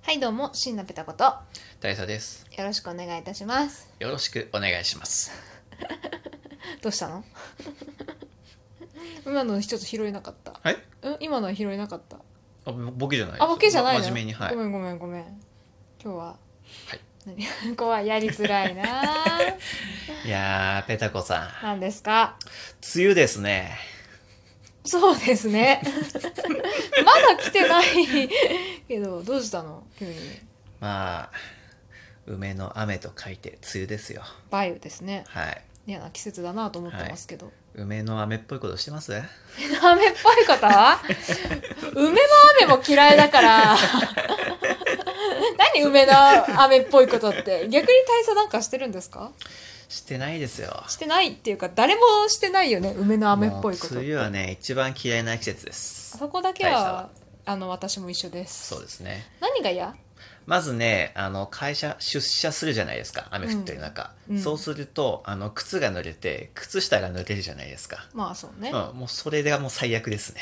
はいどうも、シンナペタことよ大佐です。 ろしくお願いいたします。 よろしくお願いします。 どうしたの？今の一つ拾えなかった。 はい？ 今のは拾えなかった。 ボケじゃないです。 ボケじゃないの？ 真面目に、はい。 ごめんごめんごめん。今日ははい。 何ここはやりづらいな。 いやー、ペタコさん。 何ですか？ 梅雨ですね。 そうですね。まだ来てないけど、どうしたの急に？ まあ、梅の雨と書いて梅雨ですよ。 梅雨ですね。 はい。 嫌な季節だなと思ってはい。 ますけど。 梅の雨っぽいことしてます？ 雨っぽいことは梅の雨も嫌いだから。何梅の雨っぽいことって。逆に大佐なんかしてるんですか？ してないですよ。 してないっていうか、誰もしてないよね、梅の雨っもうぽいこと。 梅雨はね、一番嫌いな季節です。 そこだけ大佐は。 は、私も一緒です。 そうですね。 何が嫌？ まずね、会社出社するじゃないですか。雨降ってる中。そうすると、靴が濡れて、靴下が濡れるじゃないですか。 まあそうね。 もうそれがもう最悪ですね。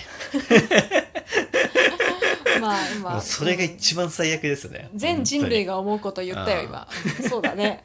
まあ、 もうそれが一番最悪ですね。 全人類が。 が思うこと言ったよ、今。そうだね。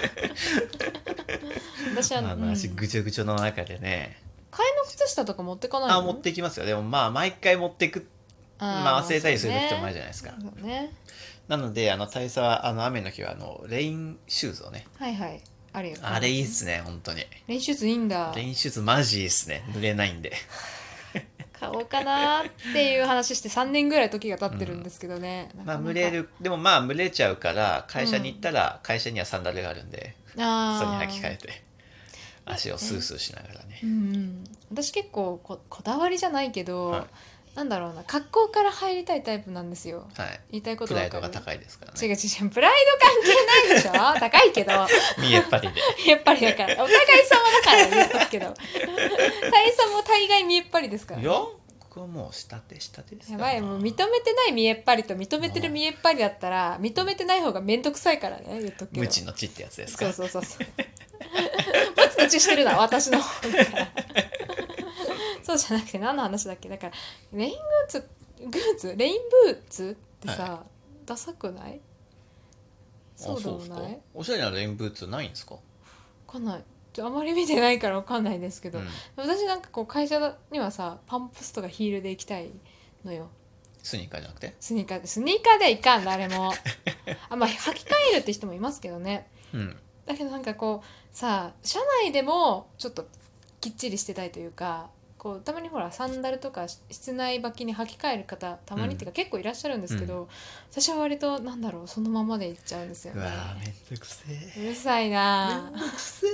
私は、 足ぐちょぐちょの中でね。 替えの靴下とか持ってかないの？ 持ってきますよ。でもまあ、毎回持ってく、忘れたりする時ともあるじゃないですか。 そうね。 なので、大佐は、雨の日は、レインシューズをね。 はいはい。あるよ。 あれいいっすね、本当に。 レインシューズいいんだ。 レインシューズマジいいっすね。濡れないんで。 買おうかなっていう話して3年ぐらい時が経ってるんですけどね。 まあ、蒸れる。でもまあ、蒸れちゃうから、会社に行ったら、会社にはサンダルがあるんで、それに履き替えて、足をスースーしながらね。 私結構こだわりじゃないけど、 はい。 なんだろうな、格好から入りたいタイプなんですよ。 はい。 言いたいこプとわかる？ ライドが高いですから違う違ね。 う、プライド関係ないでしょ。高いけど。 見えっぱりで。 やっぱりだから。お互い様だから言っとくけど。大佐も大概見えっぱりですからね。 いや、僕はもう下手ですよ。 やばい、もう認めてない見えっぱりと認めてる見えっぱりだったら、認めてない方がめんどくさいからね、言っとくけど。 無知の知ってやつですか。 そう。ムチムチしてるな、私の方だから。そうじゃなくて何の話だっけ？だからレインレインブーツってさ、 はダサくない？そうでもですか。 ない？ おしゃれなレインブーツないんですか？ わかんない。あまり見てないからわかんないですけど、 うん。 私なんかこう会社にはさ、パンプスとかヒールで行きたいのよ。 スニーカーじゃなくて。 スニーカーではいかん、誰も。まあ履き替えるって人もいますけどね。 うん。 だけどなんかこうさ、社内でもちょっときっちりしてたいというか、こうたまにほらサンダルとか室内履きに履き替える方たまにっていうか結構いらっしゃるんですけど、私は割となんだろう、そのままでいっちゃうんですよね。 うわー、めんどくせえ。 うるさいな。 めんどくせ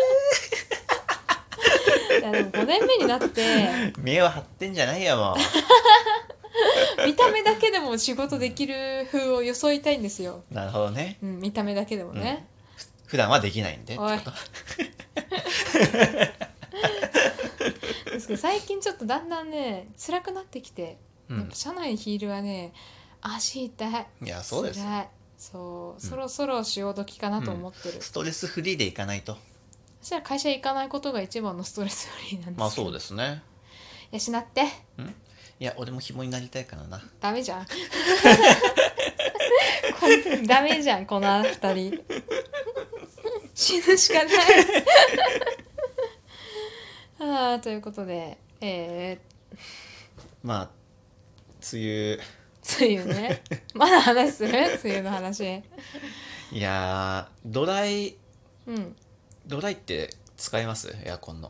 いやでも5年目になってえ。目を張ってんじゃないよ、も見た目だけでも仕事できる風を装いたいんですよ。 う。なるほどね。 見た目だけでもね。 普段はできないんでっておい。 こと。 ですけど最近ちょっとだんだんね辛くなってきて、 うんやっぱ社内ヒールはね足痛い。 いや、そうですよ。 辛い。そう、そろそろ潮時かなと思ってる。 ストレスフリーでいかないと。 そしたら会社行かないことが一番のストレスフリーなんですけど。 まあそうですね。 養って。 いや、俺も紐になりたいからな。 ダメじゃん。ダメじゃんこの二人。死ぬしかない。ということでまあ、梅雨。 梅雨ね。まだ話する？梅雨の話。 いやー、ドライうんって使いますエアコンの。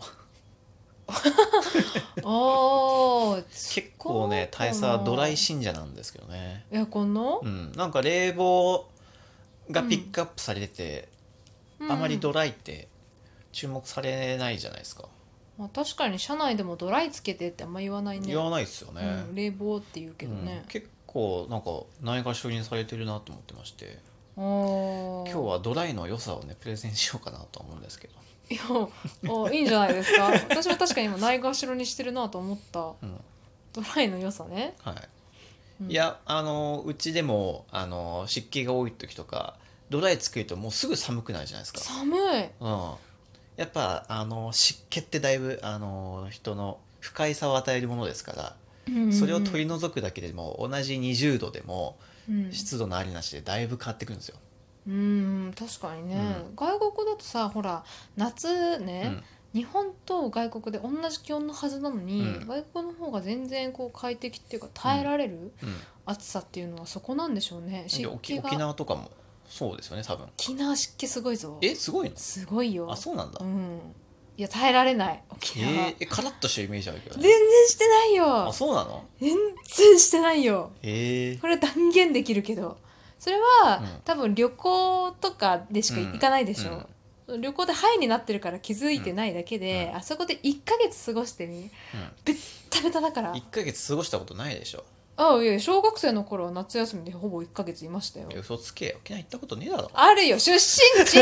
結構ね、大佐はドライ信者なんですけどね。 エアコンのなんか冷房がピックアップされてて、あまりドライって注目されないじゃないですか。 まあ、確かに社内でもドライつけてってあんま言わないね。 言わないですよね。 冷房って言うけどね。 結構なんかないがしろにされてるなと思ってまして、 今今日はドライの良さをねプレゼンしようかなと思うんですけど。 いやいいんじゃないですか。私は確かに今ないがしろにしてるなと思った、ドライの良さね。 はい。いや、うちでも湿気が多い時とかドライつけるともうすぐ寒くなるじゃないですか。 寒い。 やっぱ湿気ってだいぶ人の不快さを与えるものですから、それを取り除くだけでも同じ20度でもうん湿度のありなしでだいぶ変わってくるんですよ。 確かにね、外国だとさほら夏ね、日本と外国で同じ気温のはずなのに、外国の方が全然こう快適っていうか耐えられる暑さっていうのはそこなんでしょうね。湿気が沖縄とかもそうですよね多分。 沖縄湿気すごいぞ。 すごいの？ すごいよ。 あ、そうなんだ。 いや耐えられない沖縄。 カラッとしてるイメージあるけど全ね。 然してないよ。 あ、そうなの？ 全然してないよ。ここれは断言できるけど、それは、多分旅行とかでしか行かないでしょ、旅行でハイになってるから気づいてないだけで、あそこで1ヶ月過ごしてみ、ベッタベタだから。 1ヶ月過ごしたことないでしょ。 いや小学生の頃は夏休みでほぼ1ヶ月いましたよ。 嘘つけ、沖縄行ったことねえだろ。 あるよ、出身地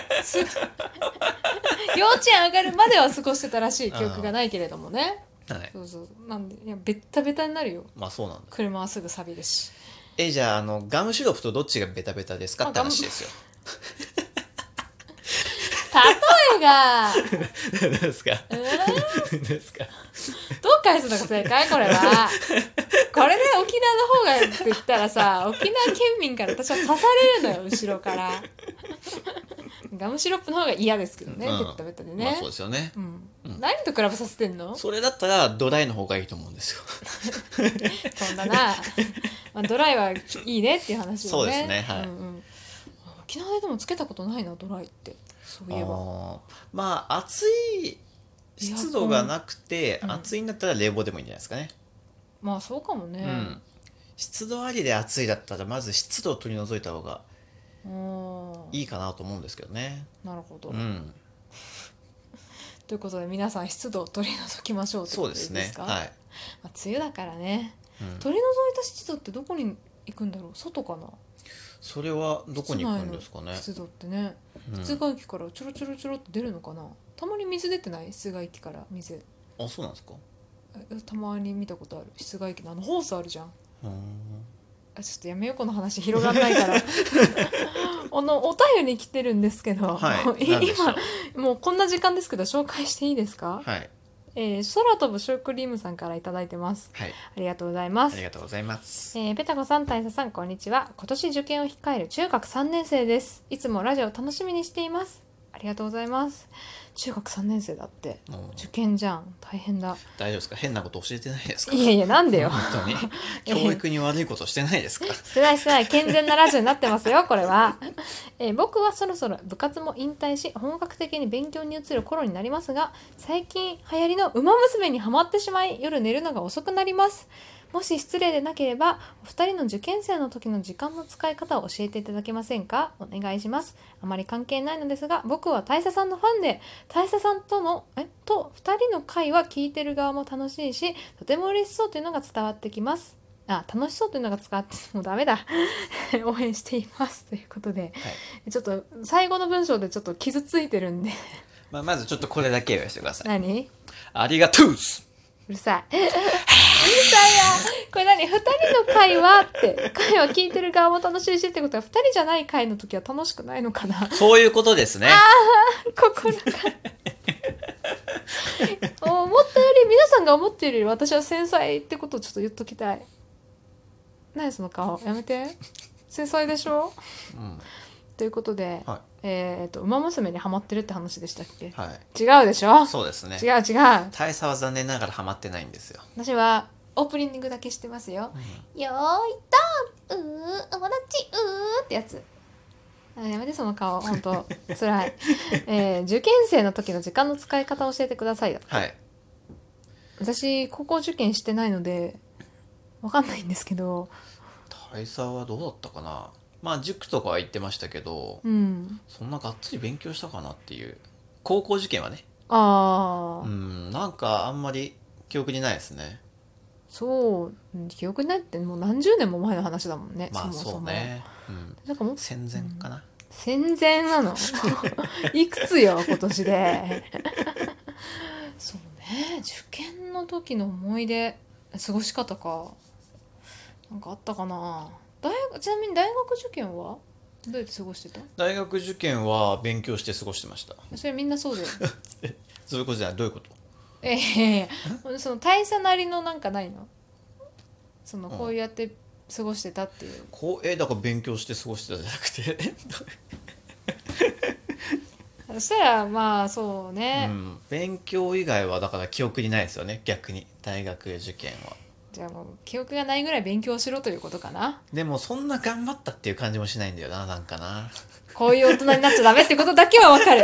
幼稚園上がるまでは過ごしてたらしい記憶がないけれどもね。 はい、 そうなんで、いやベッタベタになるよ。 まあそうなんだ。 車はすぐ錆びるし。 じゃあガムシロップとどっちがベタベタですかって話ですよ。 例えが何ですか？何ですか？ どう返すのが正解？これはこれで沖縄の方がって言ったらさ、沖縄県民から私は刺されるのよ後ろから。ガムシロップの方が嫌ですけどね、ベッタベタでね。 まあそうですよね。 何と比べさせてんの？ それだったらドライの方がいいと思うんですよ。 そんだな、ドライはいいねっていう話をね。 そうですね、はい。 沖縄ででもつけたことないな、ドライって。そういえばまあ暑い湿度がなくて暑いんだったら冷房でもいいんじゃないですかね。 まあそうかもね。 湿度ありで暑いだったらまず湿度を取り除いた方がいいかなと思うんですけどね。 なるほど。ということで皆さん湿度を取り除きましょうってことでいいですか？そうですね。はい。梅雨だからね。取り除いた湿度ってどこに行くんだろう？外かな？それはどこに行くんですかね。 湿度ってね、室外機からちょろちょろちょろって出るのかな。たまに水出てない？室外機から水。 あ、そうなんですか？ たまに見たことある。室外機のホースあるじゃん。ちょっとやめようこの話広がんないからお便り来てるんですけど、今もうこんな時間ですけど紹介していいですか？ はい。 空飛ぶシュークリームさんからいただいてます。 はい。 ありがとうございます。 ありがとうございます。 ペタコさん、大佐さん、こんにちは。今年受験を控える中学3年生です。いつもラジオを楽しみにしています。ありがとうございます。中学3年生だって。受験じゃん。大変だ。 大丈夫ですか？変なこと教えてないですか？ いやいや、なんでよ。 本当に。教育に悪いことしてないですか？ してないしてない。健全なラジオになってますよ、これは。僕はそろそろ部活も引退し、本格的に勉強に移る頃になりますが、最近流行りのウマ娘にハマってしまい、夜寝るのが遅くなります。もし失礼でなければ、お二人の受験生の時の時間の使い方を教えていただけませんか？お願いします。あまり関係ないのですが、僕は大佐さんのファンで、大佐さんと二人の会話聞いてる側も楽しいし、とても嬉しそうというのが伝わってきます。楽しそうというのが伝わって、もうダメだ。応援しています。ということで、ちょっと最後の文章でちょっと傷ついてるんで。 まずちょっとこれだけ言わせてください。 何？ ありがとうっす。 うるさい。うるさいよ。これ何？二人の会話って会話聞いてる側も楽しいしってことは、二人じゃない会の時は楽しくないのかな？ そういうことですね。 心が思ったより、皆さんが思っているより私は繊細ってことをちょっと言っときたい。何その顔、やめて。繊細でしょ、ということで、ウマ娘にハマってるって話でしたっけ？違うでしょ？ そうですね。 違う。 大佐は残念ながらハマってないんですよ。 私はオープニングだけしてますよ。よーいドン友達ってやつ。やめてその顔、ほんとつらい。受験生の時の時間の使い方を教えてくださいよ。 はい。 私高校受験してないのでわかんないんですけど。 大佐はどうだったかな。まあ塾とかは行ってましたけど、そんながっつり勉強したかなっていう。高校受験はね。なんかあんまり記憶にないですね。そう、 記憶にないってもう何十年も前の話だもんね。 まあそうね。 なんかもう戦前かな。 戦前なの？いくつよ今年で。そうね、受験の時の思い出、過ごし方か。なんかあったかな。ちなみに大学受験はどうやって過ごしてた？ 大学受験は勉強して過ごしてました。 それみんなそうだよ。 そういうことじゃない。どういうこと？ その大佐なりのなんかないの？そのこうやって過ごしてたっていう。 だから勉強して過ごしてたじゃなくてそしたらまあそうね、 勉強以外はだから記憶にないですよね、逆に大学受験は。 じゃあもう記憶がないぐらい勉強しろということかな。 でもそんな頑張ったっていう感じもしないんだよな、なんかな。 こういう大人になっちゃダメってことだけはわかる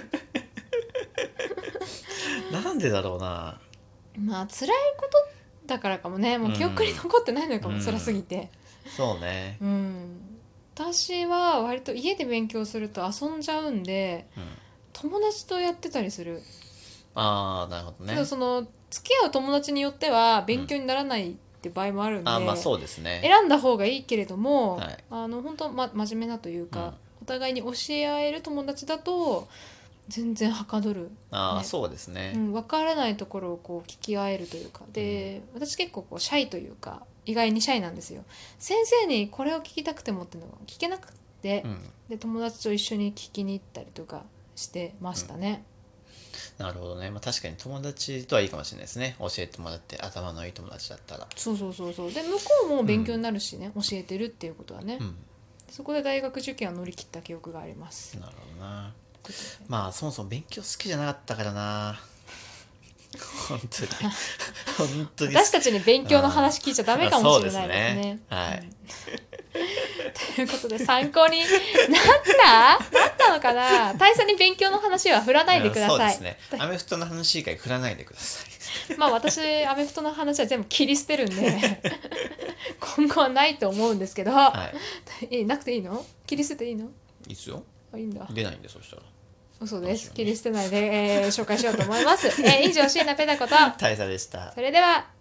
なんでだろうな。 まあ辛いことだからかもね。もう記憶に残ってないのかも、辛すぎて。 そうね。 私は割と家で勉強すると遊んじゃうんで、友達とやってたりする。 ああ、なるほどね。 けどその付き合う友達によっては勉強にならないって場合もあるんで、 まあそうですね。 選んだ方がいいけれども、 はい、 本当、真面目なというか、お互いに教え合える友達だと全然はかどる、 ああ、そうですね。 分からないところをこう聞き合えるというかで、私結構こうシャイというか意外にシャイなんですよ。先生にこれを聞きたくてもっていうのが聞けなくて、で友達と一緒に聞きに行ったりとかしてましたね。 なるほどね。まあ、確かに友達とはいいかもしれないですね。教えてもらって頭のいい友達だったら。 そうで向こうも勉強になるしね、教えてるっていうことはね、そこで大学受験は乗り切った記憶があります。 なるほどな。まあそもそも勉強好きじゃなかったからな本当に私たちに勉強の話聞いちゃダメかもしれないですね。 はい、 ということで参考になったのかな。大佐に勉強の話は振らないでください。 そうですね。アメフトの話以外振らないでください。 まあ私アメフトの話は全部切り捨てるんで今後はないと思うんですけど、なくていいの？切り捨てていいの？ いいっすよ。 いいんだ。 出ないんで、そしたら。 嘘です。切り捨てないで、紹介しようと思います。以上椎名ペタこと大佐でした。 それでは